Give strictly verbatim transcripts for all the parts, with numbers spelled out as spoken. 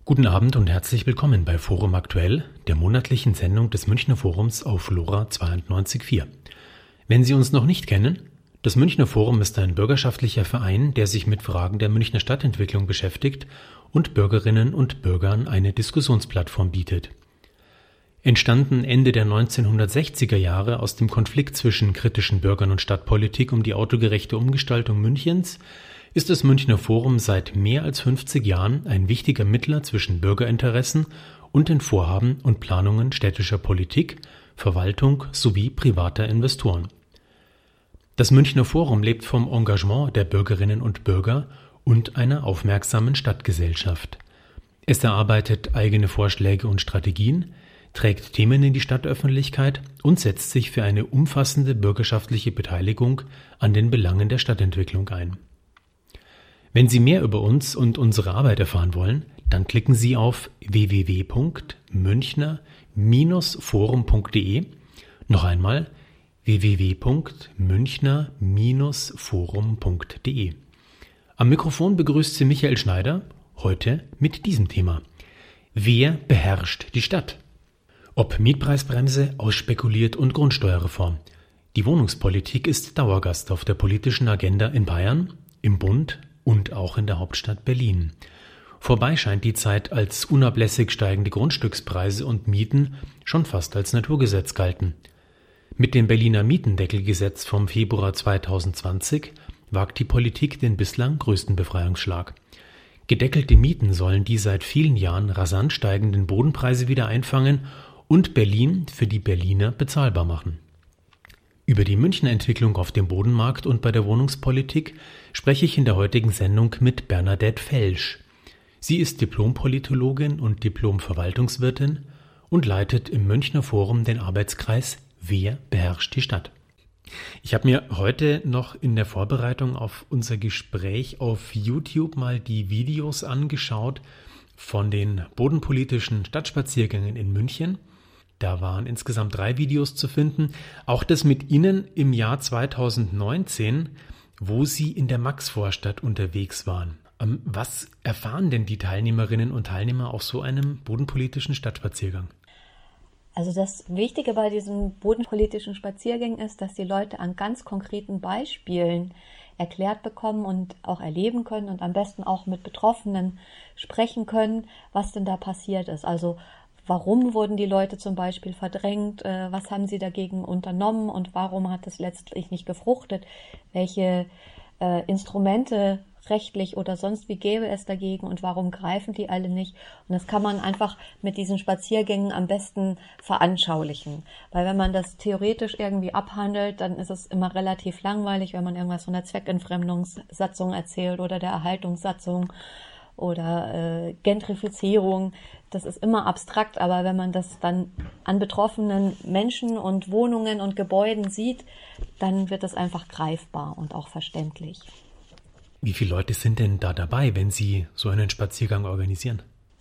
Guten Abend und herzlich willkommen bei Forum Aktuell, der monatlichen Sendung des Münchner Forums auf LoRa zweiundneunzig Komma vier. Wenn Sie uns noch nicht kennen, das Münchner Forum ist ein bürgerschaftlicher Verein, der sich mit Fragen der Münchner Stadtentwicklung beschäftigt und Bürgerinnen und Bürgern eine Diskussionsplattform bietet. Entstanden Ende der neunzehnhundertsechziger Jahre aus dem Konflikt zwischen kritischen Bürgern und Stadtpolitik um die autogerechte Umgestaltung Münchens, ist das Münchner Forum seit mehr als fünfzig Jahren ein wichtiger Mittler zwischen Bürgerinteressen und den Vorhaben und Planungen städtischer Politik, Verwaltung sowie privater Investoren. Das Münchner Forum lebt vom Engagement der Bürgerinnen und Bürger und einer aufmerksamen Stadtgesellschaft. Es erarbeitet eigene Vorschläge und Strategien, trägt Themen in die Stadtöffentlichkeit und setzt sich für eine umfassende bürgerschaftliche Beteiligung an den Belangen der Stadtentwicklung ein. Wenn Sie mehr über uns und unsere Arbeit erfahren wollen, dann klicken Sie auf w w w punkt münchner forum punkt d e. Noch einmal w w w punkt münchner forum punkt d e. Am Mikrofon begrüßt Sie Michael Schneider, heute mit diesem Thema. Wer beherrscht die Stadt? Ob Mietpreisbremse, ausspekuliert und Grundsteuerreform. Die Wohnungspolitik ist Dauergast auf der politischen Agenda in Bayern, im Bund und auch in der Hauptstadt Berlin. Vorbei scheint die Zeit, als unablässig steigende Grundstückspreise und Mieten schon fast als Naturgesetz galten. Mit dem Berliner Mietendeckelgesetz vom Februar zweitausendzwanzig wagt die Politik den bislang größten Befreiungsschlag. Gedeckelte Mieten sollen die seit vielen Jahren rasant steigenden Bodenpreise wieder einfangen und Berlin für die Berliner bezahlbar machen. Über die Münchner Entwicklung auf dem Bodenmarkt und bei der Wohnungspolitik spreche ich in der heutigen Sendung mit Bernadette Felsch. Sie ist Diplompolitologin und Diplomverwaltungswirtin und leitet im Münchner Forum den Arbeitskreis Wer beherrscht die Stadt? Ich habe mir heute noch in der Vorbereitung auf unser Gespräch auf YouTube mal die Videos angeschaut von den bodenpolitischen Stadtspaziergängen in München. Da waren insgesamt drei Videos zu finden. Auch das mit Ihnen im Jahr zweitausendneunzehn, wo Sie in der Maxvorstadt unterwegs waren. Was erfahren denn die Teilnehmerinnen und Teilnehmer auf so einem bodenpolitischen Stadtspaziergang? Also das Wichtige bei diesen bodenpolitischen Spaziergängen ist, dass die Leute an ganz konkreten Beispielen erklärt bekommen und auch erleben können und am besten auch mit Betroffenen sprechen können, was denn da passiert ist. Also warum wurden die Leute zum Beispiel verdrängt? Äh, was haben sie dagegen unternommen und warum hat es letztlich nicht gefruchtet? Welche äh, Instrumente rechtlich oder sonst wie gäbe es dagegen und warum greifen die alle nicht? Und das kann man einfach mit diesen Spaziergängen am besten veranschaulichen. Weil wenn man das theoretisch irgendwie abhandelt, dann ist es immer relativ langweilig, wenn man irgendwas von der Zweckentfremdungssatzung erzählt oder der Erhaltungssatzung oder äh, Gentrifizierung. Das ist immer abstrakt, aber wenn man das dann an betroffenen Menschen und Wohnungen und Gebäuden sieht, dann wird es einfach greifbar und auch verständlich. Wie viele Leute sind denn da dabei, wenn Sie so einen Spaziergang organisieren?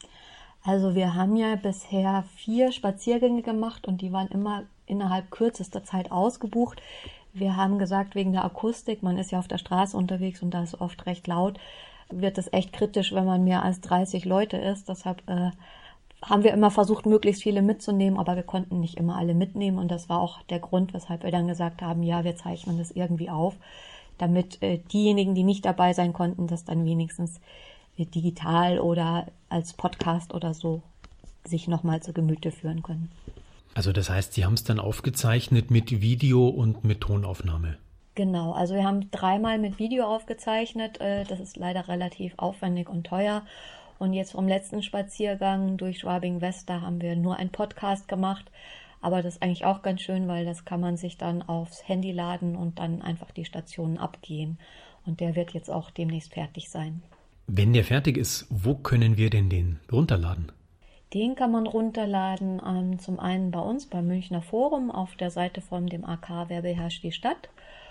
Also wir haben ja bisher vier Spaziergänge gemacht und die waren immer innerhalb kürzester Zeit ausgebucht. Wir haben gesagt, wegen der Akustik, man ist ja auf der Straße unterwegs und da ist oft recht laut, wird es echt kritisch, wenn man mehr als dreißig Leute ist. Deshalb äh, haben wir immer versucht, möglichst viele mitzunehmen, aber wir konnten nicht immer alle mitnehmen. Und das war auch der Grund, weshalb wir dann gesagt haben, ja, wir zeichnen das irgendwie auf, damit äh, diejenigen, die nicht dabei sein konnten, das dann wenigstens äh, digital oder als Podcast oder so sich nochmal zu Gemüte führen können. Also das heißt, Sie haben es dann aufgezeichnet mit Video und mit Tonaufnahme? Genau, also wir haben dreimal mit Video aufgezeichnet, das ist leider relativ aufwendig und teuer. Und jetzt vom letzten Spaziergang durch Schwabing-West, da haben wir nur einen Podcast gemacht. Aber das ist eigentlich auch ganz schön, weil das kann man sich dann aufs Handy laden und dann einfach die Stationen abgehen. Und der wird jetzt auch demnächst fertig sein. Wenn der fertig ist, wo können wir denn den runterladen? Den kann man runterladen, ähm, zum einen bei uns, beim Münchner Forum, auf der Seite von dem A K Wer beherrscht die Stadt.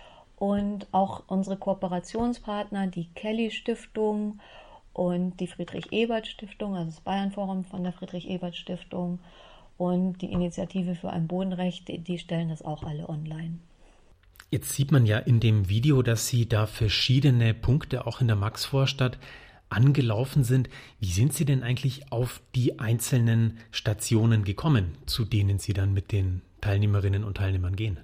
Und auch unsere Kooperationspartner, die Kelly-Stiftung und die Friedrich-Ebert-Stiftung, also das Bayern-Forum von der Friedrich-Ebert-Stiftung und die Initiative für ein Bodenrecht, die, die stellen das auch alle online. Jetzt sieht man ja in dem Video, dass Sie da verschiedene Punkte auch in der Maxvorstadt angelaufen sind. Wie sind Sie denn eigentlich auf die einzelnen Stationen gekommen, zu denen Sie dann mit den Teilnehmerinnen und Teilnehmern gehen?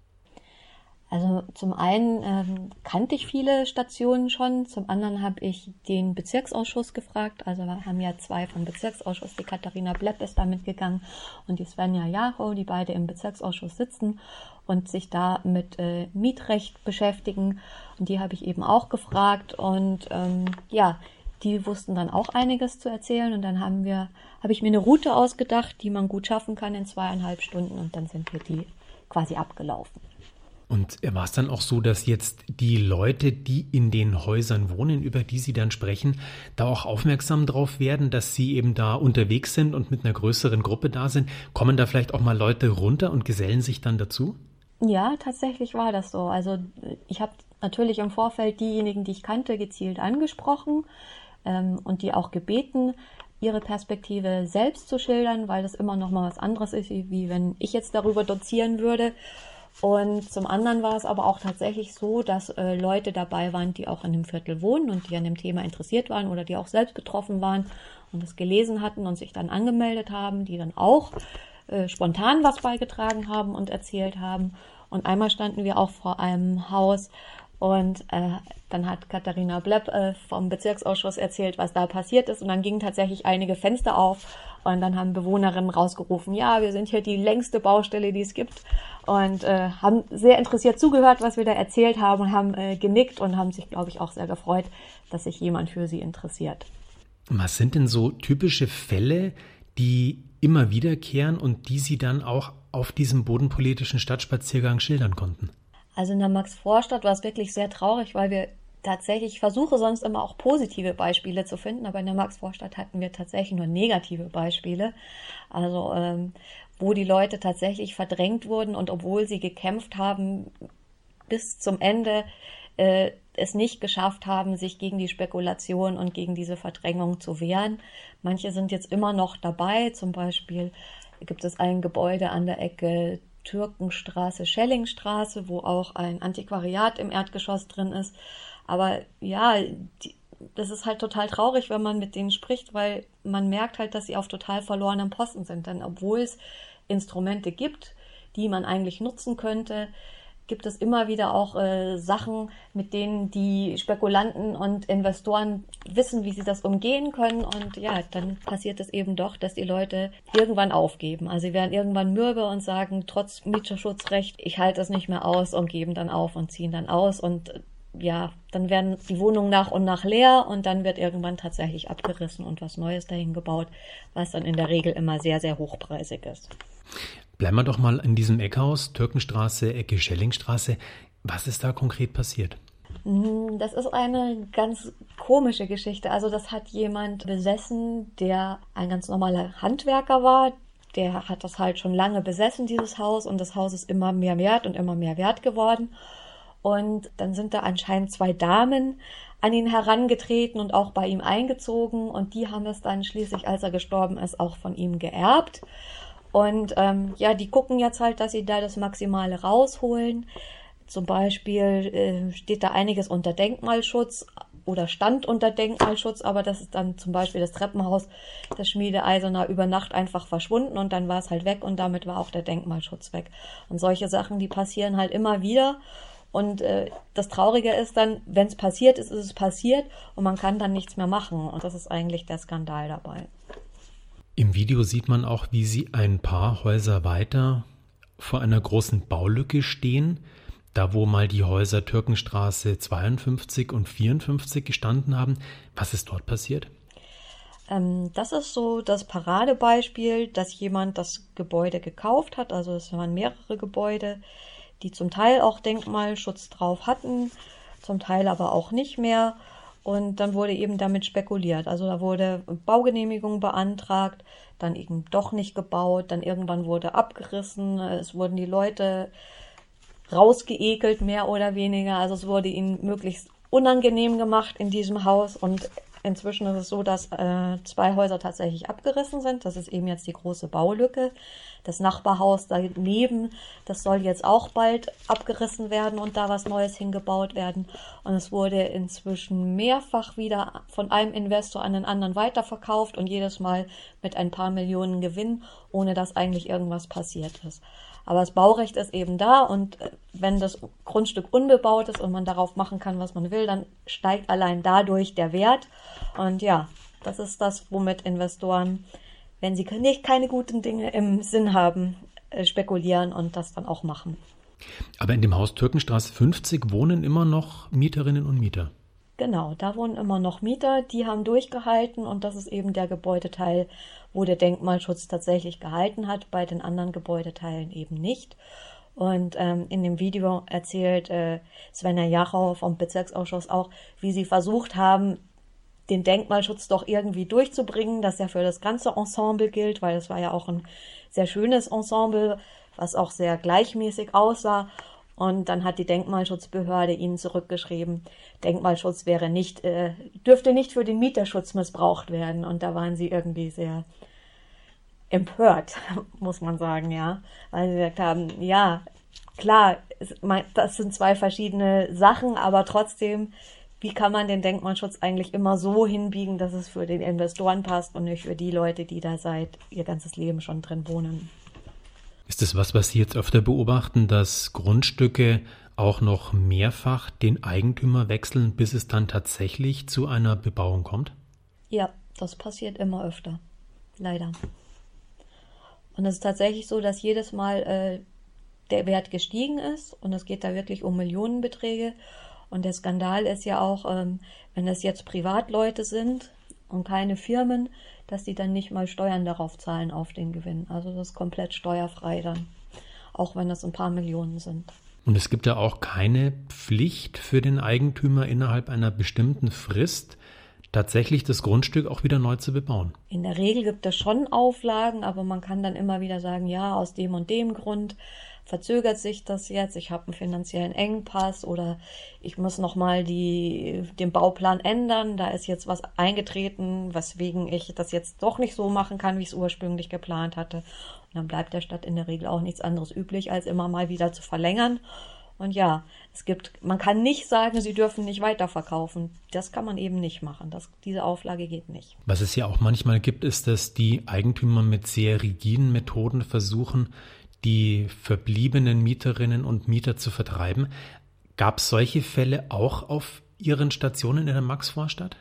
Also zum einen ähm, kannte ich viele Stationen schon, zum anderen habe ich den Bezirksausschuss gefragt. Also wir haben ja zwei vom Bezirksausschuss, die Katharina Blepp ist da mitgegangen und die Svenja Jarow, die beide im Bezirksausschuss sitzen und sich da mit äh, Mietrecht beschäftigen. Und die habe ich eben auch gefragt und ähm, ja, die wussten dann auch einiges zu erzählen und dann haben wir, habe ich mir eine Route ausgedacht, die man gut schaffen kann in zweieinhalb Stunden und dann sind wir die quasi abgelaufen. Und war es dann auch so, dass jetzt die Leute, die in den Häusern wohnen, über die Sie dann sprechen, da auch aufmerksam drauf werden, dass Sie eben da unterwegs sind und mit einer größeren Gruppe da sind? Kommen da vielleicht auch mal Leute runter und gesellen sich dann dazu? Ja, tatsächlich war das so. Also ich habe natürlich im Vorfeld diejenigen, die ich kannte, gezielt angesprochen ähm, und die auch gebeten, ihre Perspektive selbst zu schildern, weil das immer noch mal was anderes ist, wie wenn ich jetzt darüber dozieren würde. Und zum anderen war es aber auch tatsächlich so, dass äh, Leute dabei waren, die auch in dem Viertel wohnen und die an dem Thema interessiert waren oder die auch selbst betroffen waren und es gelesen hatten und sich dann angemeldet haben, die dann auch äh, spontan was beigetragen haben und erzählt haben. Und einmal standen wir auch vor einem Haus und äh, dann hat Katharina Blepp äh, vom Bezirksausschuss erzählt, was da passiert ist. Und dann gingen tatsächlich einige Fenster auf und dann haben Bewohnerinnen rausgerufen, ja, wir sind hier die längste Baustelle, die es gibt. Und äh, haben sehr interessiert zugehört, was wir da erzählt haben und haben äh, genickt und haben sich, glaube ich, auch sehr gefreut, dass sich jemand für sie interessiert. Was sind denn so typische Fälle, die immer wiederkehren und die Sie dann auch auf diesem bodenpolitischen Stadtspaziergang schildern konnten? Also in der Max-Vorstadt war es wirklich sehr traurig, weil wir tatsächlich, ich versuche sonst immer auch positive Beispiele zu finden, aber in der Max-Vorstadt hatten wir tatsächlich nur negative Beispiele. Also ähm, wo die Leute tatsächlich verdrängt wurden und obwohl sie gekämpft haben, bis zum Ende äh, es nicht geschafft haben, sich gegen die Spekulation und gegen diese Verdrängung zu wehren. Manche sind jetzt immer noch dabei, zum Beispiel gibt es ein Gebäude an der Ecke Türkenstraße, Schellingstraße, wo auch ein Antiquariat im Erdgeschoss drin ist. Aber ja, die, das ist halt total traurig, wenn man mit denen spricht, weil man merkt halt, dass sie auf total verlorenem Posten sind. Denn obwohl es Instrumente gibt, die man eigentlich nutzen könnte, gibt es immer wieder auch äh, Sachen, mit denen die Spekulanten und Investoren wissen, wie sie das umgehen können. Und ja, dann passiert es eben doch, dass die Leute irgendwann aufgeben. Also sie werden irgendwann mürbe und sagen, trotz Mieterschutzrecht, ich halte das nicht mehr aus und geben dann auf und ziehen dann aus. Und ja, dann werden die Wohnungen nach und nach leer und dann wird irgendwann tatsächlich abgerissen und was Neues dahin gebaut, was dann in der Regel immer sehr, sehr hochpreisig ist. Bleiben wir doch mal in diesem Eckhaus, Türkenstraße, Ecke Schellingstraße. Was ist da konkret passiert? Das ist eine ganz komische Geschichte. Also das hat jemand besessen, der ein ganz normaler Handwerker war. Der hat das halt schon lange besessen, dieses Haus. Und das Haus ist immer mehr wert und immer mehr wert geworden. Und dann sind da anscheinend zwei Damen an ihn herangetreten und auch bei ihm eingezogen. Und die haben es dann schließlich, als er gestorben ist, auch von ihm geerbt. Und ähm, ja, die gucken jetzt halt, dass sie da das Maximale rausholen. Zum Beispiel äh, steht da einiges unter Denkmalschutz oder stand unter Denkmalschutz, aber das ist dann zum Beispiel das Treppenhaus der Schmiede Eisener über Nacht einfach verschwunden und dann war es halt weg und damit war auch der Denkmalschutz weg. Und solche Sachen, die passieren halt immer wieder. Und äh, das Traurige ist dann, wenn es passiert ist, ist es passiert und man kann dann nichts mehr machen. Und das ist eigentlich der Skandal dabei. Im Video sieht man auch, wie Sie ein paar Häuser weiter vor einer großen Baulücke stehen, da wo mal die Häuser Türkenstraße zweiundfünfzig und vierundfünfzig gestanden haben. Was ist dort passiert? Ähm, das ist so das Paradebeispiel, dass jemand das Gebäude gekauft hat. Also es waren mehrere Gebäude, die zum Teil auch Denkmalschutz drauf hatten, zum Teil aber auch nicht mehr. Und dann wurde eben damit spekuliert. Also da wurde Baugenehmigung beantragt, dann eben doch nicht gebaut, dann irgendwann wurde abgerissen, es wurden die Leute rausgeekelt, mehr oder weniger. Also es wurde ihnen möglichst unangenehm gemacht in diesem Haus und Inzwischen ist es so, dass äh, zwei Häuser tatsächlich abgerissen sind. Das ist eben jetzt die große Baulücke. Das Nachbarhaus daneben, das soll jetzt auch bald abgerissen werden und da was Neues hingebaut werden. Und es wurde inzwischen mehrfach wieder von einem Investor an den anderen weiterverkauft und jedes Mal mit ein paar Millionen Gewinn, ohne dass eigentlich irgendwas passiert ist. Aber das Baurecht ist eben da und wenn das Grundstück unbebaut ist und man darauf machen kann, was man will, dann steigt allein dadurch der Wert. Und ja, das ist das, womit Investoren, wenn sie nicht keine guten Dinge im Sinn haben, spekulieren und das dann auch machen. Aber in dem Haus Türkenstraße fünfzig wohnen immer noch Mieterinnen und Mieter. Genau, da wohnen immer noch Mieter, die haben durchgehalten und das ist eben der Gebäudeteil, wo der Denkmalschutz tatsächlich gehalten hat, bei den anderen Gebäudeteilen eben nicht. Und ähm, in dem Video erzählt äh, Svenja Jachau vom Bezirksausschuss auch, wie sie versucht haben, den Denkmalschutz doch irgendwie durchzubringen, dass er für das ganze Ensemble gilt, weil es war ja auch ein sehr schönes Ensemble, was auch sehr gleichmäßig aussah. Und dann hat die Denkmalschutzbehörde ihnen zurückgeschrieben, Denkmalschutz wäre nicht, äh, dürfte nicht für den Mieterschutz missbraucht werden. Und da waren sie irgendwie sehr empört, muss man sagen, ja. Weil sie gesagt haben, ja, klar, das sind zwei verschiedene Sachen, aber trotzdem, wie kann man den Denkmalschutz eigentlich immer so hinbiegen, dass es für den Investoren passt und nicht für die Leute, die da seit ihr ganzes Leben schon drin wohnen. Ist das was, was Sie jetzt öfter beobachten, dass Grundstücke auch noch mehrfach den Eigentümer wechseln, bis es dann tatsächlich zu einer Bebauung kommt? Ja, das passiert immer öfter. Leider. Und es ist tatsächlich so, dass jedes Mal äh, der Wert gestiegen ist und es geht da wirklich um Millionenbeträge. Und der Skandal ist ja auch, ähm, wenn das jetzt Privatleute sind und keine Firmen, dass die dann nicht mal Steuern darauf zahlen auf den Gewinn. Also das ist komplett steuerfrei dann, auch wenn das ein paar Millionen sind. Und es gibt ja auch keine Pflicht für den Eigentümer innerhalb einer bestimmten Frist, tatsächlich das Grundstück auch wieder neu zu bebauen. In der Regel gibt es schon Auflagen, aber man kann dann immer wieder sagen, ja, aus dem und dem Grund verzögert sich das jetzt, ich habe einen finanziellen Engpass oder ich muss nochmal den Bauplan ändern, da ist jetzt was eingetreten, weswegen ich das jetzt doch nicht so machen kann, wie ich es ursprünglich geplant hatte. Und dann bleibt der Stadt in der Regel auch nichts anderes üblich, als immer mal wieder zu verlängern. Und ja, es gibt, man kann nicht sagen, sie dürfen nicht weiterverkaufen. Das kann man eben nicht machen. Das, diese Auflage geht nicht. Was es ja auch manchmal gibt, ist, dass die Eigentümer mit sehr rigiden Methoden versuchen, die verbliebenen Mieterinnen und Mieter zu vertreiben. Gab es solche Fälle auch auf Ihren Stationen in der Maxvorstadt?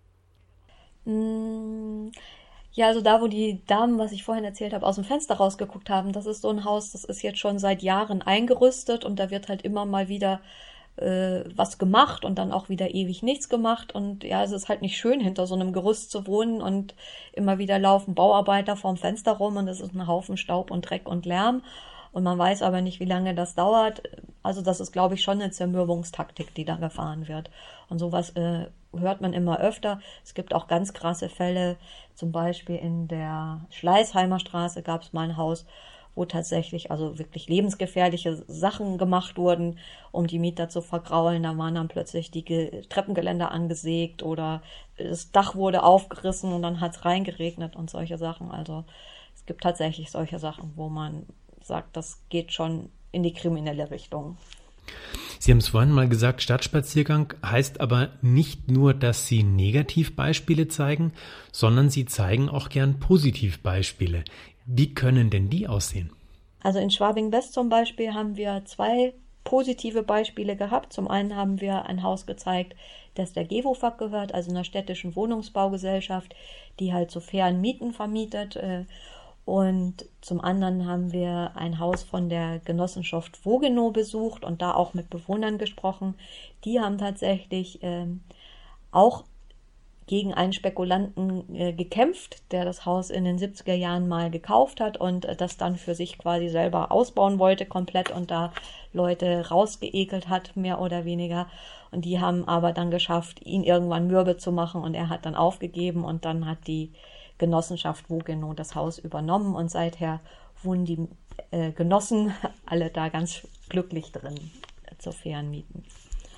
Ja, also da, wo die Damen, was ich vorhin erzählt habe, aus dem Fenster rausgeguckt haben, das ist so ein Haus, das ist jetzt schon seit Jahren eingerüstet und da wird halt immer mal wieder äh, was gemacht und dann auch wieder ewig nichts gemacht. Und ja, es ist halt nicht schön, hinter so einem Gerüst zu wohnen und immer wieder laufen Bauarbeiter vorm Fenster rum und es ist ein Haufen Staub und Dreck und Lärm. Und man weiß aber nicht, wie lange das dauert. Also das ist, glaube ich, schon eine Zermürbungstaktik, die da gefahren wird. Und sowas äh, hört man immer öfter. Es gibt auch ganz krasse Fälle. Zum Beispiel in der Schleißheimer Straße gab es mal ein Haus, wo tatsächlich also wirklich lebensgefährliche Sachen gemacht wurden, um die Mieter zu vergraulen. Da waren dann plötzlich die Ge- Treppengeländer angesägt oder das Dach wurde aufgerissen und dann hat es reingeregnet und solche Sachen. Also es gibt tatsächlich solche Sachen, wo man sagt, das geht schon in die kriminelle Richtung. Sie haben es vorhin mal gesagt, Stadtspaziergang heißt aber nicht nur, dass Sie Negativbeispiele zeigen, sondern Sie zeigen auch gern Positivbeispiele. Wie können denn die aussehen? Also in Schwabing-West zum Beispiel haben wir zwei positive Beispiele gehabt. Zum einen haben wir ein Haus gezeigt, das der GEWOFAG gehört, also einer städtischen Wohnungsbaugesellschaft, die halt zu fairen Mieten vermietet. Und zum anderen haben wir ein Haus von der Genossenschaft Wogenow besucht und da auch mit Bewohnern gesprochen. Die haben tatsächlich ähm, auch gegen einen Spekulanten äh, gekämpft, der das Haus in den siebziger Jahren mal gekauft hat und äh, das dann für sich quasi selber ausbauen wollte komplett und da Leute rausgeekelt hat, mehr oder weniger. Und die haben aber dann geschafft, ihn irgendwann mürbe zu machen und er hat dann aufgegeben und dann hat die Genossenschaft Wogenow das Haus übernommen und seither wohnen die äh, Genossen alle da ganz glücklich drin äh, zu fairen Mieten.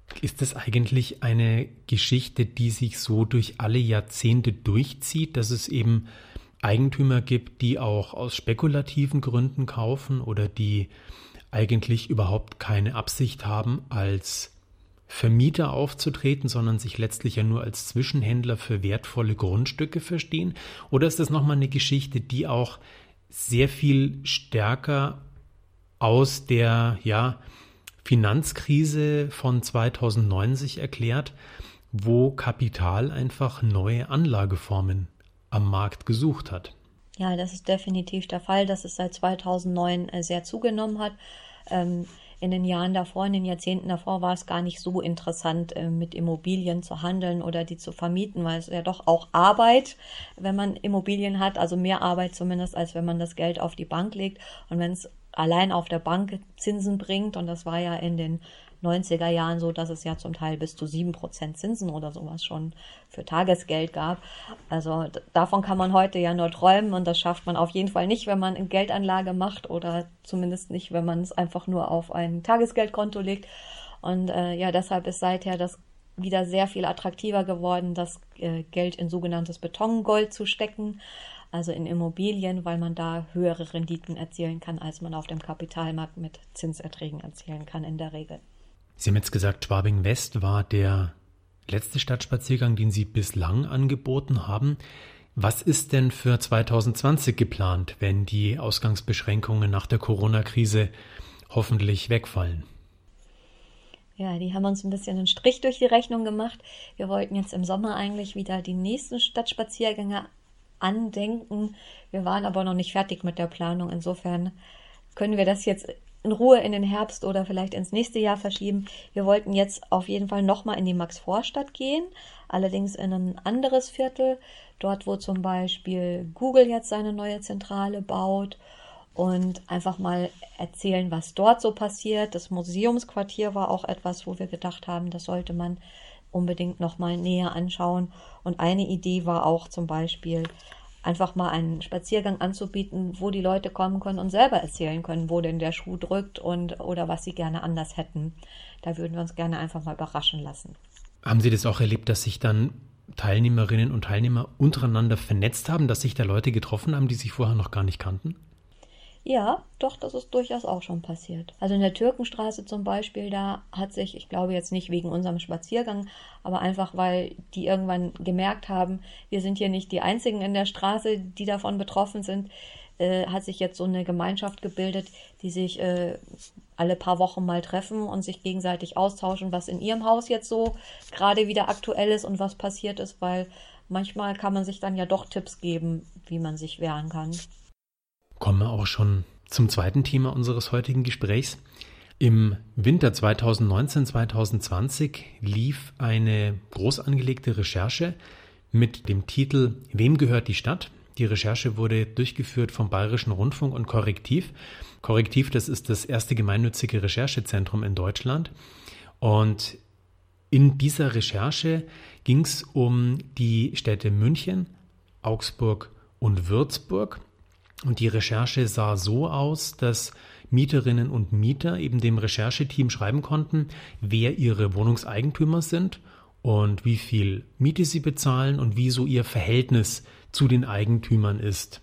Ist das eigentlich eine Geschichte, die sich so durch alle Jahrzehnte durchzieht, dass es eben Eigentümer gibt, die auch aus spekulativen Gründen kaufen oder die eigentlich überhaupt keine Absicht haben, als Vermieter aufzutreten, sondern sich letztlich ja nur als Zwischenhändler für wertvolle Grundstücke verstehen? Oder ist das nochmal eine Geschichte, die auch sehr viel stärker aus der, ja, Finanzkrise von zweitausendneun sich erklärt, wo Kapital einfach neue Anlageformen am Markt gesucht hat? Ja, das ist definitiv der Fall, dass es seit zweitausendneun sehr zugenommen hat. In den Jahren davor, in den Jahrzehnten davor war es gar nicht so interessant, mit Immobilien zu handeln oder die zu vermieten, weil es ja doch auch Arbeit, wenn man Immobilien hat, also mehr Arbeit zumindest, als wenn man das Geld auf die Bank legt. Und wenn es allein auf der Bank Zinsen bringt, und das war ja in den neunziger Jahren so, dass es ja zum Teil bis zu sieben Prozent Zinsen oder sowas schon für Tagesgeld gab. Also d- davon kann man heute ja nur träumen, und das schafft man auf jeden Fall nicht, wenn man eine Geldanlage macht, oder zumindest nicht, wenn man es einfach nur auf ein Tagesgeldkonto legt. Und äh, ja, deshalb ist seither das wieder sehr viel attraktiver geworden, das äh, Geld in sogenanntes Betongold zu stecken, also in Immobilien, weil man da höhere Renditen erzielen kann, als man auf dem Kapitalmarkt mit Zinserträgen erzielen kann in der Regel. Sie haben jetzt gesagt, Schwabing West war der letzte Stadtspaziergang, den Sie bislang angeboten haben. Was ist denn für zwanzig zwanzig geplant, wenn die Ausgangsbeschränkungen nach der Corona-Krise hoffentlich wegfallen? Ja, die haben uns ein bisschen einen Strich durch die Rechnung gemacht. Wir wollten jetzt im Sommer eigentlich wieder die nächsten Stadtspaziergänge andenken. Wir waren aber noch nicht fertig mit der Planung. Insofern können wir das jetzt in Ruhe in den Herbst oder vielleicht ins nächste Jahr verschieben. Wir wollten jetzt auf jeden Fall nochmal in die Max-Vorstadt gehen, allerdings in ein anderes Viertel, dort wo zum Beispiel Google jetzt seine neue Zentrale baut, und einfach mal erzählen, was dort so passiert. Das Museumsquartier war auch etwas, wo wir gedacht haben, das sollte man unbedingt nochmal näher anschauen. Und eine Idee war auch zum Beispiel, einfach mal einen Spaziergang anzubieten, wo die Leute kommen können und selber erzählen können, wo denn der Schuh drückt und oder was sie gerne anders hätten. Da würden wir uns gerne einfach mal überraschen lassen. Haben Sie das auch erlebt, dass sich dann Teilnehmerinnen und Teilnehmer untereinander vernetzt haben, dass sich da Leute getroffen haben, die sich vorher noch gar nicht kannten? Ja, doch, das ist durchaus auch schon passiert. Also in der Türkenstraße zum Beispiel, da hat sich, ich glaube jetzt nicht wegen unserem Spaziergang, aber einfach, weil die irgendwann gemerkt haben, wir sind hier nicht die Einzigen in der Straße, die davon betroffen sind, äh, hat sich jetzt so eine Gemeinschaft gebildet, die sich äh, alle paar Wochen mal treffen und sich gegenseitig austauschen, was in ihrem Haus jetzt so gerade wieder aktuell ist und was passiert ist, weil manchmal kann man sich dann ja doch Tipps geben, wie man sich wehren kann. Kommen wir auch schon zum zweiten Thema unseres heutigen Gesprächs. Im Winter zweitausendneunzehn zweitausendzwanzig lief eine groß angelegte Recherche mit dem Titel Wem gehört die Stadt? Die Recherche wurde durchgeführt vom Bayerischen Rundfunk und Korrektiv. Korrektiv, das ist das erste gemeinnützige Recherchezentrum in Deutschland. Und in dieser Recherche ging es um die Städte München, Augsburg und Würzburg. Und die Recherche sah so aus, dass Mieterinnen und Mieter eben dem Rechercheteam schreiben konnten, wer ihre Wohnungseigentümer sind und wie viel Miete sie bezahlen und wie so ihr Verhältnis zu den Eigentümern ist.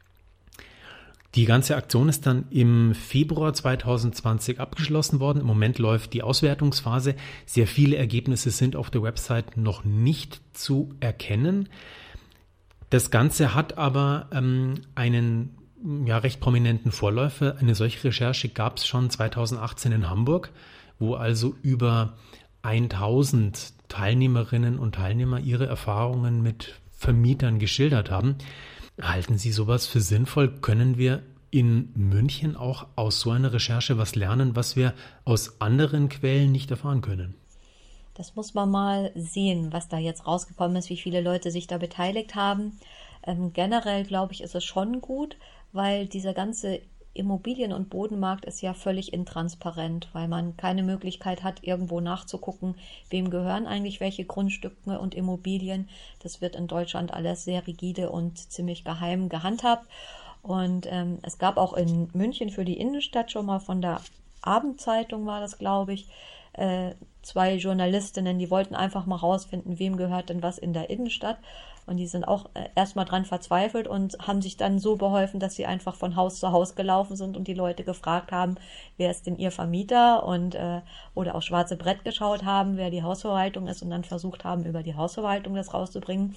Die ganze Aktion ist dann im Februar zweitausendzwanzig abgeschlossen worden. Im Moment läuft die Auswertungsphase. Sehr viele Ergebnisse sind auf der Website noch nicht zu erkennen. Das Ganze hat aber ähm, einen ja, recht prominenten Vorläufer. Eine solche Recherche gab es schon zweitausendachtzehn in Hamburg, wo also über tausend Teilnehmerinnen und Teilnehmer ihre Erfahrungen mit Vermietern geschildert haben. Halten Sie sowas für sinnvoll? Können wir in München auch aus so einer Recherche was lernen, was wir aus anderen Quellen nicht erfahren können? Das muss man mal sehen, was da jetzt rausgekommen ist, wie viele Leute sich da beteiligt haben. Ähm, generell, glaube ich, ist es schon gut, weil dieser ganze Immobilien- und Bodenmarkt ist ja völlig intransparent, weil man keine Möglichkeit hat, irgendwo nachzugucken, wem gehören eigentlich welche Grundstücke und Immobilien. Das wird in Deutschland alles sehr rigide und ziemlich geheim gehandhabt. Und ähm, es gab auch in München für die Innenstadt schon mal von der Abendzeitung, war das, glaube ich, äh, zwei Journalistinnen, die wollten einfach mal rausfinden, wem gehört denn was in der Innenstadt. Und die sind auch erstmal dran verzweifelt und haben sich dann so beholfen, dass sie einfach von Haus zu Haus gelaufen sind und die Leute gefragt haben, wer ist denn ihr Vermieter, und äh, oder auch schwarze Brett geschaut haben, wer die Hausverwaltung ist, und dann versucht haben, über die Hausverwaltung das rauszubringen.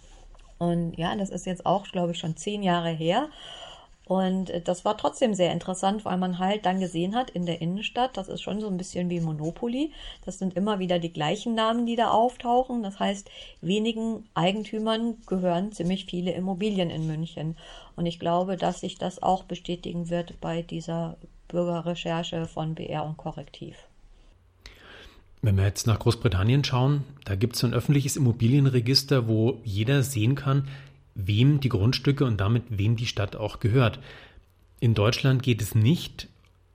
Und ja, das ist jetzt auch, glaube ich, schon zehn Jahre her. Und das war trotzdem sehr interessant, weil man halt dann gesehen hat, in der Innenstadt, das ist schon so ein bisschen wie Monopoly. Das sind immer wieder die gleichen Namen, die da auftauchen. Das heißt, wenigen Eigentümern gehören ziemlich viele Immobilien in München. Und ich glaube, dass sich das auch bestätigen wird bei dieser Bürgerrecherche von B R und Korrektiv. Wenn wir jetzt nach Großbritannien schauen, da gibt es so ein öffentliches Immobilienregister, wo jeder sehen kann, wem die Grundstücke und damit wem die Stadt auch gehört. In Deutschland geht es nicht.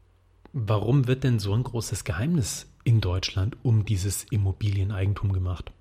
Warum wird denn so ein großes Geheimnis in Deutschland um dieses Immobilieneigentum gemacht?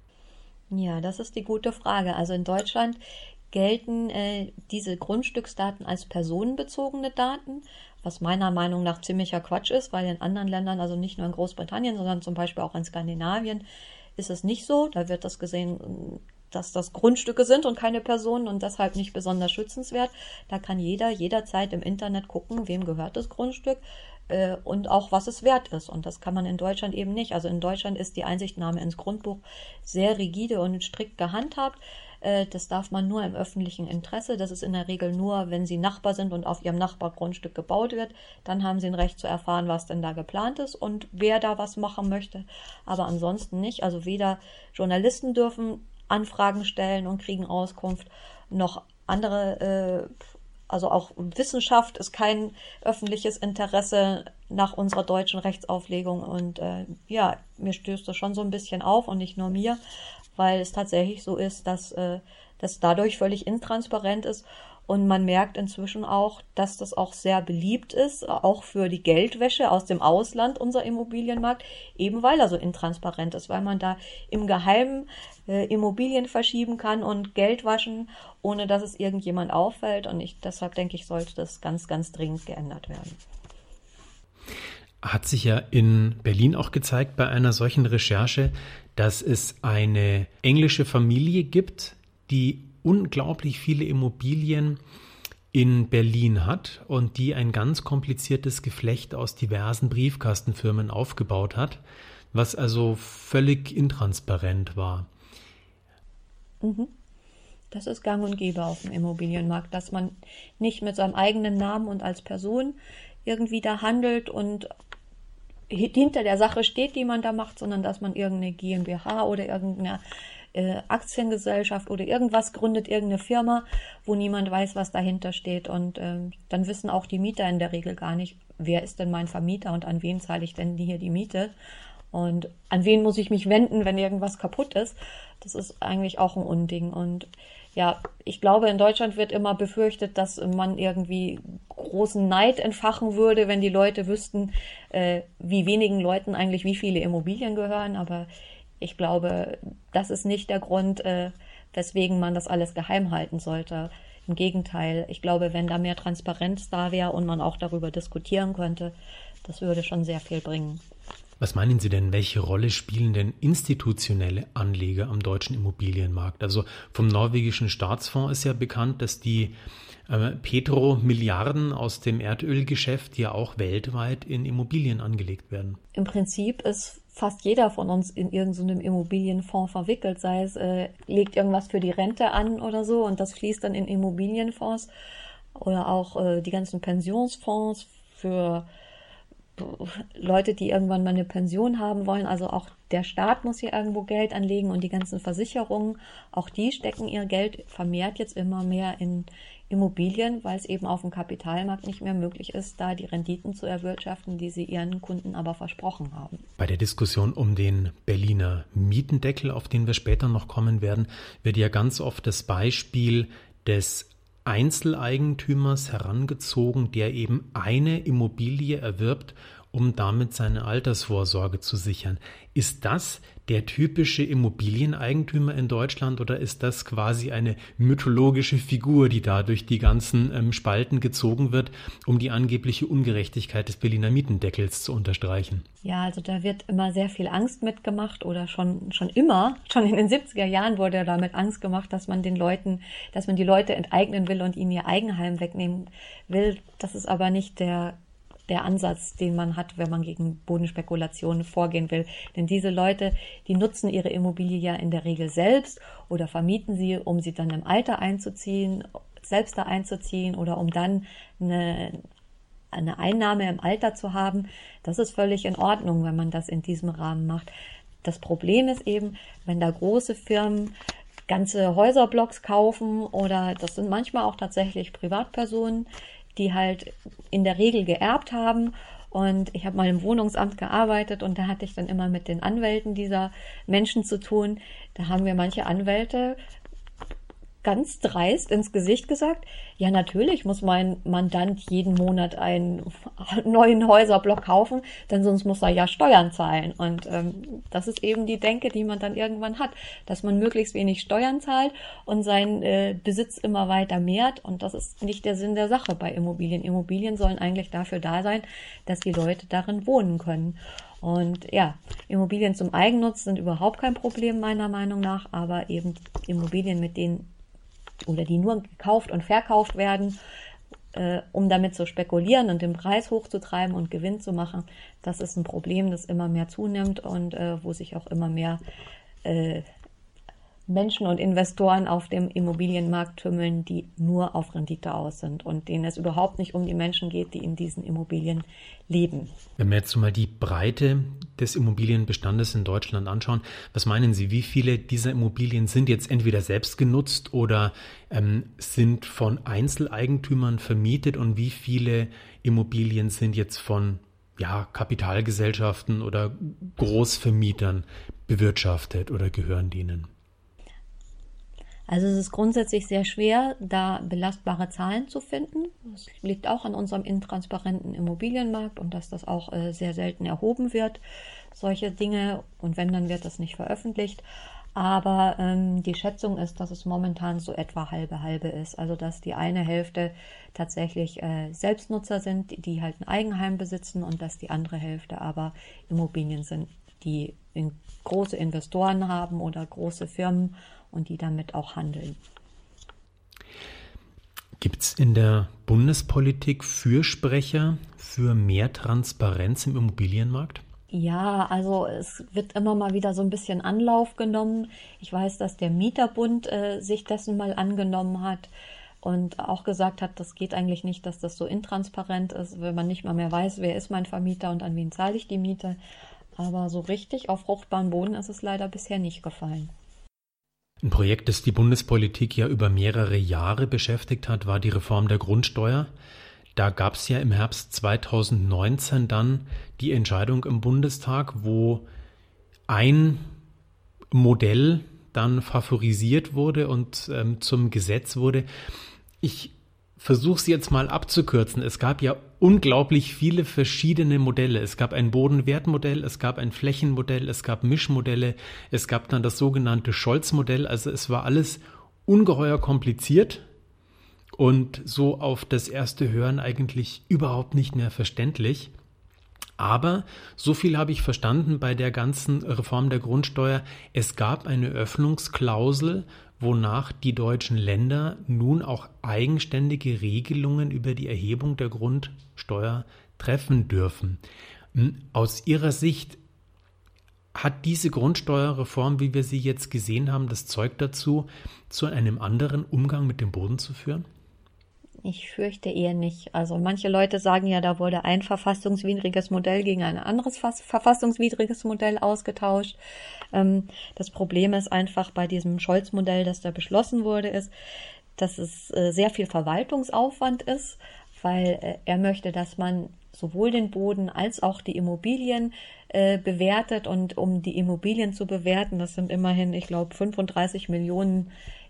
Ja, das ist die gute Frage. Also in Deutschland gelten äh, diese Grundstücksdaten als personenbezogene Daten, was meiner Meinung nach ziemlicher Quatsch ist, weil in anderen Ländern, also nicht nur in Großbritannien, sondern zum Beispiel auch in Skandinavien, ist es nicht so. Da wird das gesehen, dass das Grundstücke sind und keine Personen und deshalb nicht besonders schützenswert. Da kann jeder jederzeit im Internet gucken, wem gehört das Grundstück äh, und auch was es wert ist. Und das kann man in Deutschland eben nicht. Also in Deutschland ist die Einsichtnahme ins Grundbuch sehr rigide und strikt gehandhabt. Äh, das darf man nur im öffentlichen Interesse. Das ist in der Regel nur, wenn Sie Nachbar sind und auf Ihrem Nachbargrundstück gebaut wird. Dann haben Sie ein Recht zu erfahren, was denn da geplant ist und wer da was machen möchte. Aber ansonsten nicht. Also weder Journalisten dürfen Anfragen stellen und kriegen Auskunft, noch andere, äh, also auch Wissenschaft ist kein öffentliches Interesse nach unserer deutschen Rechtsauflegung und äh, ja, mir stößt das schon so ein bisschen auf und nicht nur mir, weil es tatsächlich so ist, dass äh, das dadurch völlig intransparent ist. Und man merkt inzwischen auch, dass das auch sehr beliebt ist, auch für die Geldwäsche aus dem Ausland, unser Immobilienmarkt, eben weil er so intransparent ist, weil man da im Geheimen äh, Immobilien verschieben kann und Geld waschen, ohne dass es irgendjemand auffällt. Und ich, deshalb denke ich, sollte das ganz, ganz dringend geändert werden. Hat sich ja in Berlin auch gezeigt bei einer solchen Recherche, dass es eine englische Familie gibt, die unglaublich viele Immobilien in Berlin hat und die ein ganz kompliziertes Geflecht aus diversen Briefkastenfirmen aufgebaut hat, was also völlig intransparent war. Das ist gang und gäbe auf dem Immobilienmarkt, dass man nicht mit seinem eigenen Namen und als Person irgendwie da handelt und hinter der Sache steht, die man da macht, sondern dass man irgendeine GmbH oder irgendeine äh, Aktiengesellschaft oder irgendwas gründet, irgendeine Firma, wo niemand weiß, was dahinter steht. Und ähm, dann wissen auch die Mieter in der Regel gar nicht, wer ist denn mein Vermieter und an wen zahle ich denn hier die Miete und an wen muss ich mich wenden, wenn irgendwas kaputt ist. Das ist eigentlich auch ein Unding. Und ja, ich glaube, in Deutschland wird immer befürchtet, dass man irgendwie großen Neid entfachen würde, wenn die Leute wüssten, äh, wie wenigen Leuten eigentlich wie viele Immobilien gehören. Aber ich glaube, das ist nicht der Grund, äh, weswegen man das alles geheim halten sollte. Im Gegenteil, ich glaube, wenn da mehr Transparenz da wäre und man auch darüber diskutieren könnte, das würde schon sehr viel bringen. Was meinen Sie denn, welche Rolle spielen denn institutionelle Anleger am deutschen Immobilienmarkt? Also vom norwegischen Staatsfonds ist ja bekannt, dass die äh, Petro-Milliarden aus dem Erdölgeschäft ja auch weltweit in Immobilien angelegt werden. Im Prinzip ist fast jeder von uns in irgendeinem Immobilienfonds verwickelt, sei es, äh, legt irgendwas für die Rente an oder so und das fließt dann in Immobilienfonds oder auch äh, die ganzen Pensionsfonds für Leute, die irgendwann mal eine Pension haben wollen, also auch der Staat muss hier irgendwo Geld anlegen und die ganzen Versicherungen, auch die stecken ihr Geld vermehrt jetzt immer mehr in Immobilien, weil es eben auf dem Kapitalmarkt nicht mehr möglich ist, da die Renditen zu erwirtschaften, die sie ihren Kunden aber versprochen haben. Bei der Diskussion um den Berliner Mietendeckel, auf den wir später noch kommen werden, wird ja ganz oft das Beispiel des Einzeleigentümers herangezogen, der eben eine Immobilie erwirbt um damit seine Altersvorsorge zu sichern. Ist das der typische Immobilieneigentümer in Deutschland oder ist das quasi eine mythologische Figur, die da durch die ganzen ähm, Spalten gezogen wird, um die angebliche Ungerechtigkeit des Berliner Mietendeckels zu unterstreichen? Ja, also da wird immer sehr viel Angst mitgemacht oder schon schon immer, schon in den siebziger Jahren wurde damit Angst gemacht, dass man den Leuten, dass man die Leute enteignen will und ihnen ihr Eigenheim wegnehmen will. Das ist aber nicht der der Ansatz, den man hat, wenn man gegen Bodenspekulationen vorgehen will. Denn diese Leute, die nutzen ihre Immobilie ja in der Regel selbst oder vermieten sie, um sie dann im Alter einzuziehen, selbst da einzuziehen oder um dann eine, eine Einnahme im Alter zu haben. Das ist völlig in Ordnung, wenn man das in diesem Rahmen macht. Das Problem ist eben, wenn da große Firmen ganze Häuserblocks kaufen oder das sind manchmal auch tatsächlich Privatpersonen, die halt in der Regel geerbt haben. Und ich habe mal im Wohnungsamt gearbeitet und da hatte ich dann immer mit den Anwälten dieser Menschen zu tun. Da haben wir manche Anwälte ganz dreist ins Gesicht gesagt, ja natürlich muss mein Mandant jeden Monat einen neuen Häuserblock kaufen, denn sonst muss er ja Steuern zahlen. Und ähm, das ist eben die Denke, die man dann irgendwann hat, dass man möglichst wenig Steuern zahlt und seinen äh, Besitz immer weiter mehrt. Und das ist nicht der Sinn der Sache bei Immobilien. Immobilien sollen eigentlich dafür da sein, dass die Leute darin wohnen können. Und ja, Immobilien zum Eigennutz sind überhaupt kein Problem meiner Meinung nach, aber eben Immobilien, mit denen oder die nur gekauft und verkauft werden, äh, um damit zu spekulieren und den Preis hochzutreiben und Gewinn zu machen, das ist ein Problem, das immer mehr zunimmt und äh, wo sich auch immer mehr äh, Menschen und Investoren auf dem Immobilienmarkt tümmeln, die nur auf Rendite aus sind und denen es überhaupt nicht um die Menschen geht, die in diesen Immobilien leben. Wenn wir jetzt mal die Breite des Immobilienbestandes in Deutschland anschauen, was meinen Sie, wie viele dieser Immobilien sind jetzt entweder selbst genutzt oder ähm, sind von Einzeleigentümern vermietet und wie viele Immobilien sind jetzt von ja, Kapitalgesellschaften oder Großvermietern bewirtschaftet oder gehören denen? Also es ist grundsätzlich sehr schwer, da belastbare Zahlen zu finden. Das liegt auch an unserem intransparenten Immobilienmarkt und dass das auch äh, sehr selten erhoben wird, solche Dinge. Und wenn, dann wird das nicht veröffentlicht. Aber ähm, die Schätzung ist, dass es momentan so etwa halbe halbe ist. Also dass die eine Hälfte tatsächlich äh, Selbstnutzer sind, die, die halt ein Eigenheim besitzen und dass die andere Hälfte aber Immobilien sind, die in große Investoren haben oder große Firmen und die damit auch handeln. Gibt es in der Bundespolitik Fürsprecher für mehr Transparenz im Immobilienmarkt? Ja, also es wird immer mal wieder so ein bisschen Anlauf genommen. Ich weiß, dass der Mieterbund äh, sich dessen mal angenommen hat und auch gesagt hat, das geht eigentlich nicht, dass das so intransparent ist, wenn man nicht mal mehr weiß, wer ist mein Vermieter und an wen zahle ich die Miete. Aber so richtig auf fruchtbaren Boden ist es leider bisher nicht gefallen. Ein Projekt, das die Bundespolitik ja über mehrere Jahre beschäftigt hat, war die Reform der Grundsteuer. Da gab es ja im Herbst zweitausendneunzehn dann die Entscheidung im Bundestag, wo ein Modell dann favorisiert wurde und ähm, zum Gesetz wurde. Ich versuche es jetzt mal abzukürzen. Es gab ja unglaublich viele verschiedene Modelle. Es gab ein Bodenwertmodell, es gab ein Flächenmodell, es gab Mischmodelle, es gab dann das sogenannte Scholz-Modell. Also es war alles ungeheuer kompliziert und so auf das erste Hören eigentlich überhaupt nicht mehr verständlich. Aber so viel habe ich verstanden bei der ganzen Reform der Grundsteuer. Es gab eine Öffnungsklausel, wonach die deutschen Länder nun auch eigenständige Regelungen über die Erhebung der Grundsteuer treffen dürfen. Aus Ihrer Sicht hat diese Grundsteuerreform, wie wir sie jetzt gesehen haben, das Zeug dazu, zu einem anderen Umgang mit dem Boden zu führen? Ich fürchte eher nicht. Also manche Leute sagen ja, da wurde ein verfassungswidriges Modell gegen ein anderes verfassungswidriges Modell ausgetauscht. Das Problem ist einfach bei diesem Scholz-Modell, das da beschlossen wurde, ist, dass es sehr viel Verwaltungsaufwand ist, weil er möchte, dass man sowohl den Boden als auch die Immobilien äh, bewertet. Und um die Immobilien zu bewerten, das sind immerhin, ich glaube, fünfunddreißig Millionen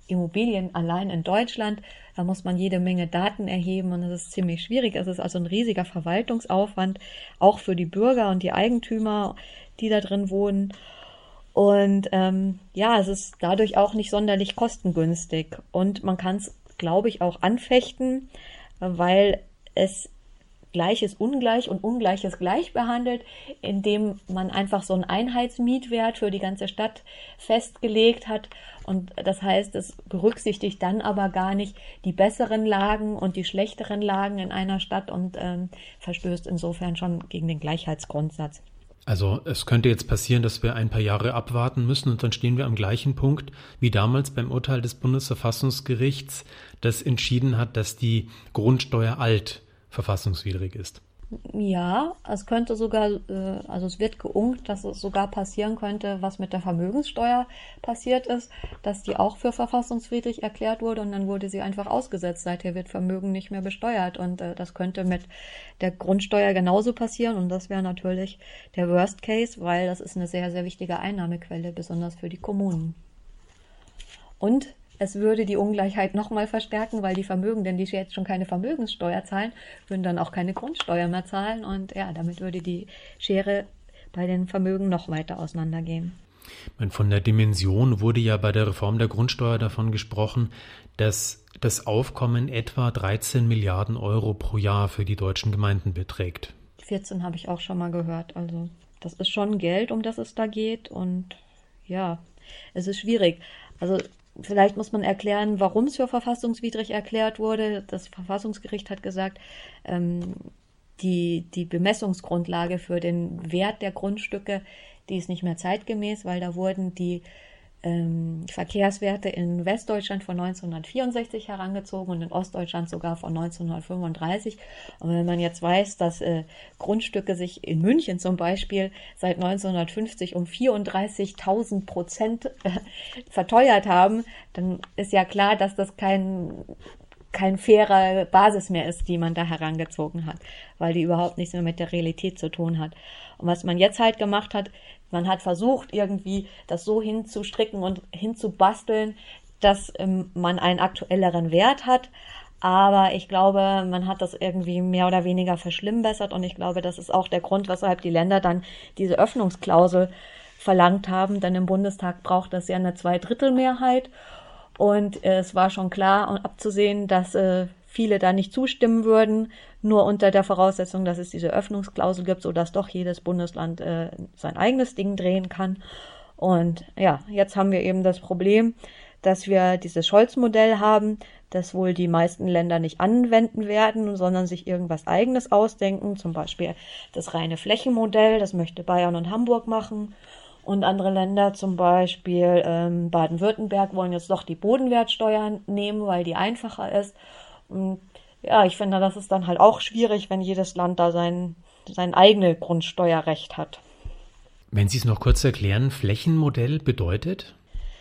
Immobilien allein in Deutschland. Da muss man jede Menge Daten erheben und es ist ziemlich schwierig. Es ist also ein riesiger Verwaltungsaufwand, auch für die Bürger und die Eigentümer, die da drin wohnen. Und ähm, ja, es ist dadurch auch nicht sonderlich kostengünstig. Und man kann es, glaube ich, auch anfechten, weil es Gleiches ungleich und Ungleiches gleich behandelt, indem man einfach so einen Einheitsmietwert für die ganze Stadt festgelegt hat. Und das heißt, es berücksichtigt dann aber gar nicht die besseren Lagen und die schlechteren Lagen in einer Stadt und ähm, verstößt insofern schon gegen den Gleichheitsgrundsatz. Also es könnte jetzt passieren, dass wir ein paar Jahre abwarten müssen und dann stehen wir am gleichen Punkt wie damals beim Urteil des Bundesverfassungsgerichts, das entschieden hat, dass die Grundsteuer alt verfassungswidrig ist. Ja, es könnte sogar, also es wird geunkt, dass es sogar passieren könnte, was mit der Vermögenssteuer passiert ist, dass die auch für verfassungswidrig erklärt wurde und dann wurde sie einfach ausgesetzt. Seither wird Vermögen nicht mehr besteuert und das könnte mit der Grundsteuer genauso passieren und das wäre natürlich der Worst Case, weil das ist eine sehr, sehr wichtige Einnahmequelle, besonders für die Kommunen. Und es würde die Ungleichheit nochmal verstärken, weil die Vermögenden, die jetzt schon keine Vermögenssteuer zahlen, würden dann auch keine Grundsteuer mehr zahlen. Und ja, damit würde die Schere bei den Vermögen noch weiter auseinandergehen. Von der Dimension wurde ja bei der Reform der Grundsteuer davon gesprochen, dass das Aufkommen etwa dreizehn Milliarden Euro pro Jahr für die deutschen Gemeinden beträgt. vierzehn habe ich auch schon mal gehört. Also das ist schon Geld, um das es da geht. Und ja, es ist schwierig. Also vielleicht muss man erklären, warum es für verfassungswidrig erklärt wurde. Das Verfassungsgericht hat gesagt, ähm, die, die Bemessungsgrundlage für den Wert der Grundstücke, die ist nicht mehr zeitgemäß, weil da wurden die ähm, Verkehrswerte in Westdeutschland von neunzehnhundertvierundsechzig herangezogen und in Ostdeutschland sogar von neunzehnhundertfünfunddreißig. Und wenn man jetzt weiß, dass äh, Grundstücke sich in München zum Beispiel seit neunzehnhundertfünfzig um vierunddreißigtausend Prozent äh, verteuert haben, dann ist ja klar, dass das kein kein fairer Basis mehr ist, die man da herangezogen hat, weil die überhaupt nichts mehr mit der Realität zu tun hat. Und was man jetzt halt gemacht hat, man hat versucht, irgendwie das so hinzustricken und hinzubasteln, dass ähm, man einen aktuelleren Wert hat. Aber ich glaube, man hat das irgendwie mehr oder weniger verschlimmbessert. Und ich glaube, das ist auch der Grund, weshalb die Länder dann diese Öffnungsklausel verlangt haben. Denn im Bundestag braucht das ja eine Zweidrittelmehrheit. Und äh, es war schon klar und abzusehen, dass äh, viele da nicht zustimmen würden, nur unter der Voraussetzung, dass es diese Öffnungsklausel gibt, sodass doch jedes Bundesland äh, sein eigenes Ding drehen kann. Und ja, jetzt haben wir eben das Problem, dass wir dieses Scholz-Modell haben, das wohl die meisten Länder nicht anwenden werden, sondern sich irgendwas Eigenes ausdenken, zum Beispiel das reine Flächenmodell, das möchte Bayern und Hamburg machen. Und andere Länder, zum Beispiel ähm, Baden-Württemberg, wollen jetzt doch die Bodenwertsteuer nehmen, weil die einfacher ist. Und ja, ich finde, das ist dann halt auch schwierig, wenn jedes Land da sein, sein eigenes Grundsteuerrecht hat. Wenn Sie es noch kurz erklären, Flächenmodell bedeutet?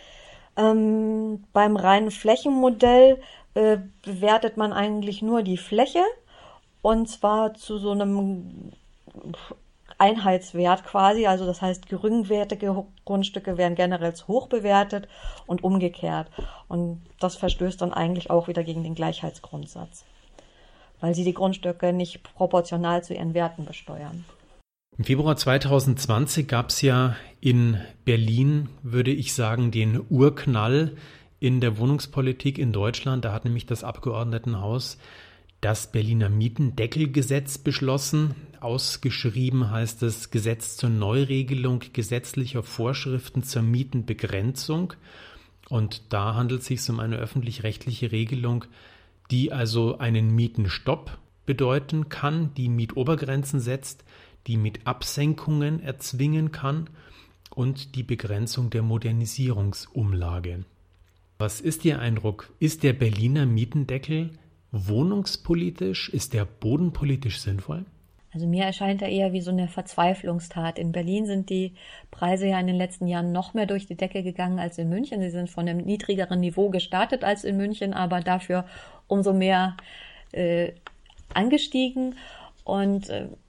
Ähm, beim reinen Flächenmodell äh, bewertet man eigentlich nur die Fläche und zwar zu so einem Einheitswert quasi, also das heißt, geringwertige Grundstücke werden generell zu hoch bewertet und umgekehrt. Und das verstößt dann eigentlich auch wieder gegen den Gleichheitsgrundsatz, weil sie die Grundstücke nicht proportional zu ihren Werten besteuern. Im Februar zweitausendzwanzig gab es ja in Berlin, würde ich sagen, den Urknall in der Wohnungspolitik in Deutschland. Da hat nämlich das Abgeordnetenhaus das Berliner Mietendeckelgesetz beschlossen. Ausgeschrieben heißt es Gesetz zur Neuregelung gesetzlicher Vorschriften zur Mietenbegrenzung. Und da handelt es sich um eine öffentlich-rechtliche Regelung, die also einen Mietenstopp bedeuten kann, die Mietobergrenzen setzt, die Mietabsenkungen erzwingen kann und die Begrenzung der Modernisierungsumlage. Was ist Ihr Eindruck? Ist der Berliner Mietendeckel wohnungspolitisch, ist der bodenpolitisch sinnvoll? Also mir erscheint er eher wie so eine Verzweiflungstat. In Berlin sind die Preise ja in den letzten Jahren noch mehr durch die Decke gegangen als in München. Sie sind von einem niedrigeren Niveau gestartet als in München, aber dafür umso mehr äh, angestiegen. Und äh,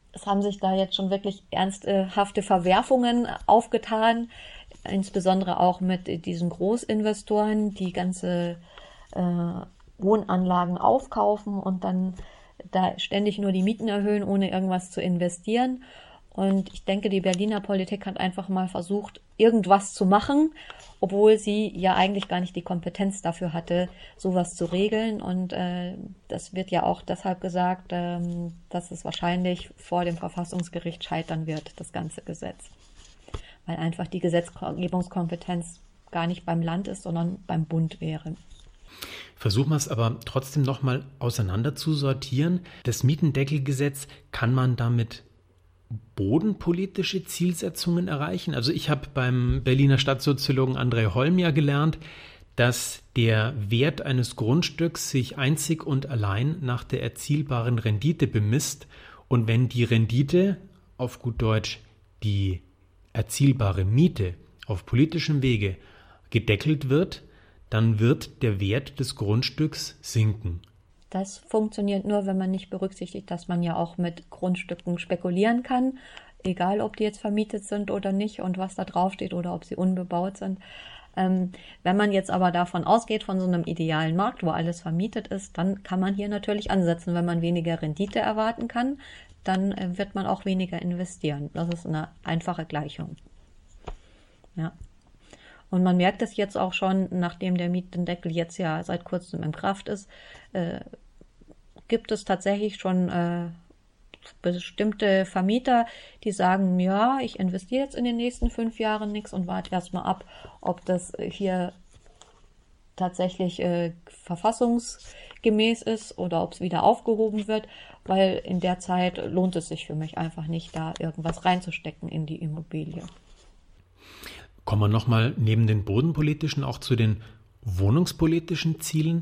es haben sich da jetzt schon wirklich ernsthafte Verwerfungen aufgetan, insbesondere auch mit diesen Großinvestoren, die ganze äh, Wohnanlagen aufkaufen und dann da ständig nur die Mieten erhöhen, ohne irgendwas zu investieren. Und ich denke, die Berliner Politik hat einfach mal versucht, irgendwas zu machen, obwohl sie ja eigentlich gar nicht die Kompetenz dafür hatte, sowas zu regeln. Und äh, das wird ja auch deshalb gesagt, ähm, dass es wahrscheinlich vor dem Verfassungsgericht scheitern wird, das ganze Gesetz. Weil einfach die Gesetzgebungskompetenz gar nicht beim Land ist, sondern beim Bund wäre. Versuchen wir es aber trotzdem nochmal auseinander zu sortieren. Das Mietendeckelgesetz, kann man damit bodenpolitische Zielsetzungen erreichen? Also ich habe beim Berliner Stadtsoziologen André Holm ja gelernt, dass der Wert eines Grundstücks sich einzig und allein nach der erzielbaren Rendite bemisst. Und wenn die Rendite, auf gut Deutsch die erzielbare Miete, auf politischem Wege gedeckelt wird, dann wird der Wert des Grundstücks sinken. Das funktioniert nur, wenn man nicht berücksichtigt, dass man ja auch mit Grundstücken spekulieren kann, egal ob die jetzt vermietet sind oder nicht und was da draufsteht oder ob sie unbebaut sind. Ähm, wenn man jetzt aber davon ausgeht, von so einem idealen Markt, wo alles vermietet ist, dann kann man hier natürlich ansetzen. Wenn man weniger Rendite erwarten kann, dann äh, wird man auch weniger investieren. Das ist eine einfache Gleichung. Ja. Und man merkt es jetzt auch schon, nachdem der Mietendeckel jetzt ja seit kurzem in Kraft ist, äh, gibt es tatsächlich schon äh, bestimmte Vermieter, die sagen, ja, ich investiere jetzt in den nächsten fünf Jahren nichts und warte erstmal ab, ob das hier tatsächlich äh, verfassungsgemäß ist oder ob es wieder aufgehoben wird, weil in der Zeit lohnt es sich für mich einfach nicht, da irgendwas reinzustecken in die Immobilie. Kommen wir nochmal neben den bodenpolitischen auch zu den wohnungspolitischen Zielen.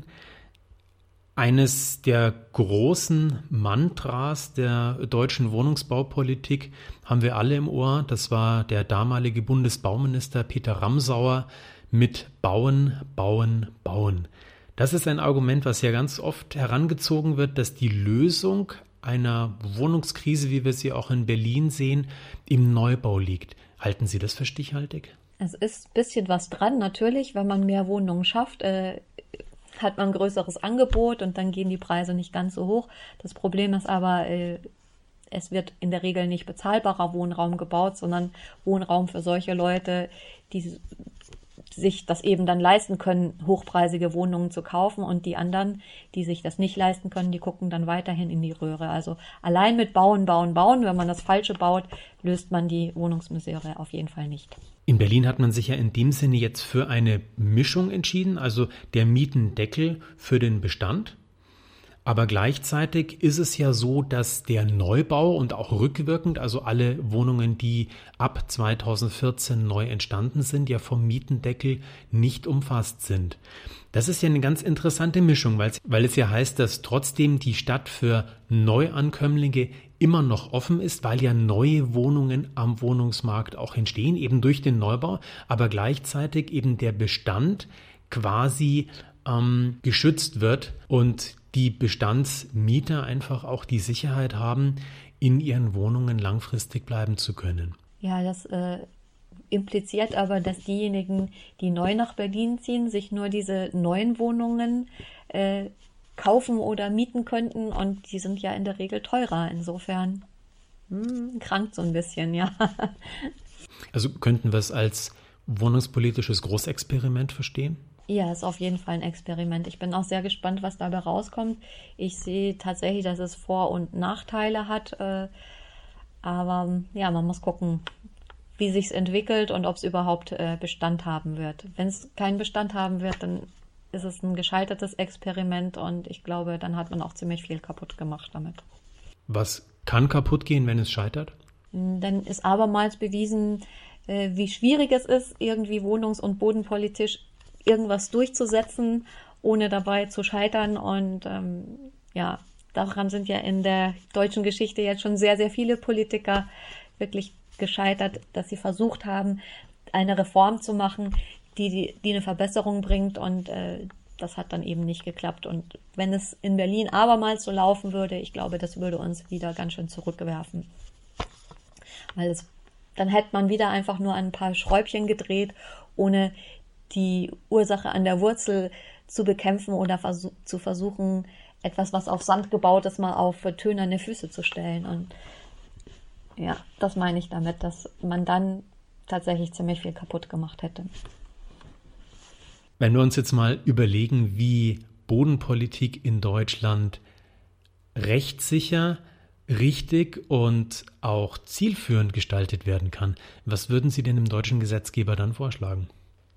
Eines der großen Mantras der deutschen Wohnungsbaupolitik haben wir alle im Ohr. Das war der damalige Bundesbauminister Peter Ramsauer mit Bauen, Bauen, Bauen. Das ist ein Argument, was ja ganz oft herangezogen wird, dass die Lösung einer Wohnungskrise, wie wir sie auch in Berlin sehen, im Neubau liegt. Halten Sie das für stichhaltig? Es ist ein bisschen was dran, natürlich, wenn man mehr Wohnungen schafft, äh, hat man ein größeres Angebot und dann gehen die Preise nicht ganz so hoch. Das Problem ist aber, äh, es wird in der Regel nicht bezahlbarer Wohnraum gebaut, sondern Wohnraum für solche Leute, die sich das eben dann leisten können, hochpreisige Wohnungen zu kaufen, und die anderen, die sich das nicht leisten können, die gucken dann weiterhin in die Röhre. Also allein mit Bauen, Bauen, Bauen, wenn man das Falsche baut, löst man die Wohnungsmisere auf jeden Fall nicht. In Berlin hat man sich ja in dem Sinne jetzt für eine Mischung entschieden, also der Mietendeckel für den Bestand. Aber gleichzeitig ist es ja so, dass der Neubau und auch rückwirkend, also alle Wohnungen, die ab zweitausendvierzehn neu entstanden sind, ja vom Mietendeckel nicht umfasst sind. Das ist ja eine ganz interessante Mischung, weil es, weil es ja heißt, dass trotzdem die Stadt für Neuankömmlinge immer noch offen ist, weil ja neue Wohnungen am Wohnungsmarkt auch entstehen, eben durch den Neubau, aber gleichzeitig eben der Bestand quasi ähm, geschützt wird und die Bestandsmieter einfach auch die Sicherheit haben, in ihren Wohnungen langfristig bleiben zu können. Ja, das äh, impliziert aber, dass diejenigen, die neu nach Berlin ziehen, sich nur diese neuen Wohnungen äh, kaufen oder mieten könnten, und die sind ja in der Regel teurer. Insofern hm, krankt so ein bisschen, ja. Also könnten wir es als wohnungspolitisches Großexperiment verstehen? Ja, ist auf jeden Fall ein Experiment. Ich bin auch sehr gespannt, was dabei rauskommt. Ich sehe tatsächlich, dass es Vor- und Nachteile hat. Äh, aber ja, man muss gucken, wie sich's entwickelt und ob es überhaupt äh, Bestand haben wird. Wenn es keinen Bestand haben wird, dann ist es ein gescheitertes Experiment, und ich glaube, dann hat man auch ziemlich viel kaputt gemacht damit. Was kann kaputt gehen, wenn es scheitert? Dann ist abermals bewiesen, äh, wie schwierig es ist, irgendwie wohnungs- und bodenpolitisch irgendwas durchzusetzen, ohne dabei zu scheitern. Und ähm, ja, daran sind ja in der deutschen Geschichte jetzt schon sehr, sehr viele Politiker wirklich gescheitert, dass sie versucht haben, eine Reform zu machen, die, die, die eine Verbesserung bringt und äh, das hat dann eben nicht geklappt. Und wenn es in Berlin abermals so laufen würde, ich glaube, das würde uns wieder ganz schön zurückwerfen. Weil es, dann hätte man wieder einfach nur ein paar Schräubchen gedreht, ohne die Ursache an der Wurzel zu bekämpfen oder versuch, zu versuchen, etwas, was auf Sand gebaut ist, mal auf tönerne Füße zu stellen. Und ja, das meine ich damit, dass man dann tatsächlich ziemlich viel kaputt gemacht hätte. Wenn wir uns jetzt mal überlegen, wie Bodenpolitik in Deutschland rechtssicher, richtig und auch zielführend gestaltet werden kann, was würden Sie denn dem deutschen Gesetzgeber dann vorschlagen?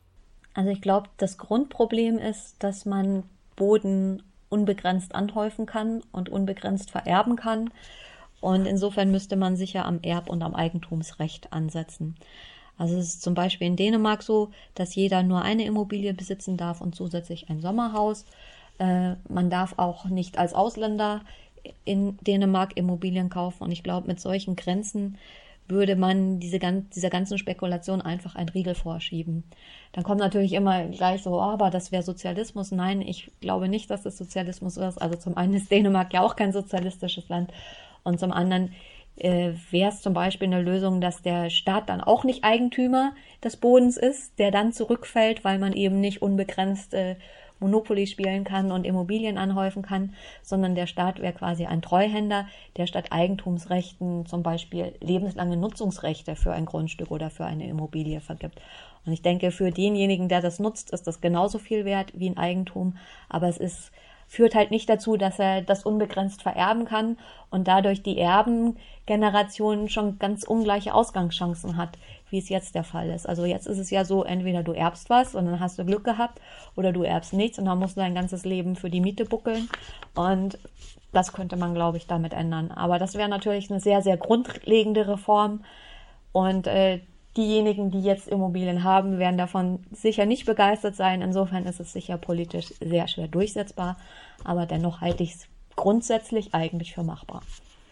Also ich glaube, das Grundproblem ist, dass man Boden unbegrenzt anhäufen kann und unbegrenzt vererben kann. Und insofern müsste man sicher am Erb- und am Eigentumsrecht ansetzen. Also es ist zum Beispiel in Dänemark so, dass jeder nur eine Immobilie besitzen darf und zusätzlich ein Sommerhaus. Äh, man darf auch nicht als Ausländer in Dänemark Immobilien kaufen. Und ich glaube, mit solchen Grenzen würde man diese, dieser ganzen Spekulation einfach einen Riegel vorschieben. Dann kommt natürlich immer gleich so, oh, aber das wäre Sozialismus. Nein, ich glaube nicht, dass das Sozialismus ist. Also zum einen ist Dänemark ja auch kein sozialistisches Land und zum anderen äh, wäre es zum Beispiel eine Lösung, dass der Staat dann auch nicht Eigentümer des Bodens ist, der dann zurückfällt, weil man eben nicht unbegrenzt äh, Monopoly spielen kann und Immobilien anhäufen kann, sondern der Staat wäre quasi ein Treuhänder, der statt Eigentumsrechten zum Beispiel lebenslange Nutzungsrechte für ein Grundstück oder für eine Immobilie vergibt. Und ich denke, für denjenigen, der das nutzt, ist das genauso viel wert wie ein Eigentum, aber es ist führt halt nicht dazu, dass er das unbegrenzt vererben kann und dadurch die Erbengeneration schon ganz ungleiche Ausgangschancen hat, wie es jetzt der Fall ist. Also jetzt ist es ja so, entweder du erbst was und dann hast du Glück gehabt oder du erbst nichts und dann musst du dein ganzes Leben für die Miete buckeln und das könnte man, glaube ich, damit ändern. Aber das wäre natürlich eine sehr, sehr grundlegende Reform und äh, diejenigen, die jetzt Immobilien haben, werden davon sicher nicht begeistert sein. Insofern ist es sicher politisch sehr schwer durchsetzbar, aber dennoch halte ich es grundsätzlich eigentlich für machbar.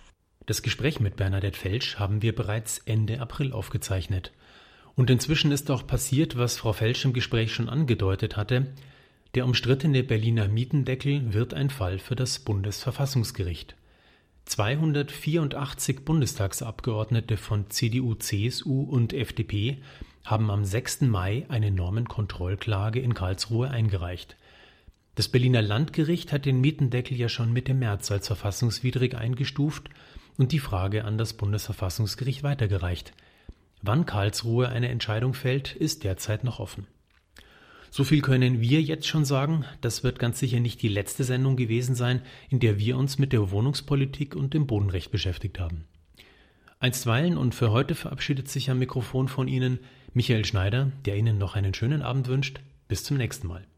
Das Gespräch mit Bernadette Felsch haben wir bereits Ende April aufgezeichnet. Und inzwischen ist auch passiert, was Frau Felsch im Gespräch schon angedeutet hatte. Der umstrittene Berliner Mietendeckel wird ein Fall für das Bundesverfassungsgericht. zweihundertvierundachtzig Bundestagsabgeordnete von C D U, C S U und F D P haben am sechsten Mai eine Normenkontrollklage in Karlsruhe eingereicht. Das Berliner Landgericht hat den Mietendeckel ja schon Mitte März als verfassungswidrig eingestuft und die Frage an das Bundesverfassungsgericht weitergereicht. Wann Karlsruhe eine Entscheidung fällt, ist derzeit noch offen. So viel können wir jetzt schon sagen, das wird ganz sicher nicht die letzte Sendung gewesen sein, in der wir uns mit der Wohnungspolitik und dem Bodenrecht beschäftigt haben. Einstweilen und für heute verabschiedet sich am Mikrofon von Ihnen Michael Schneider, der Ihnen noch einen schönen Abend wünscht. Bis zum nächsten Mal.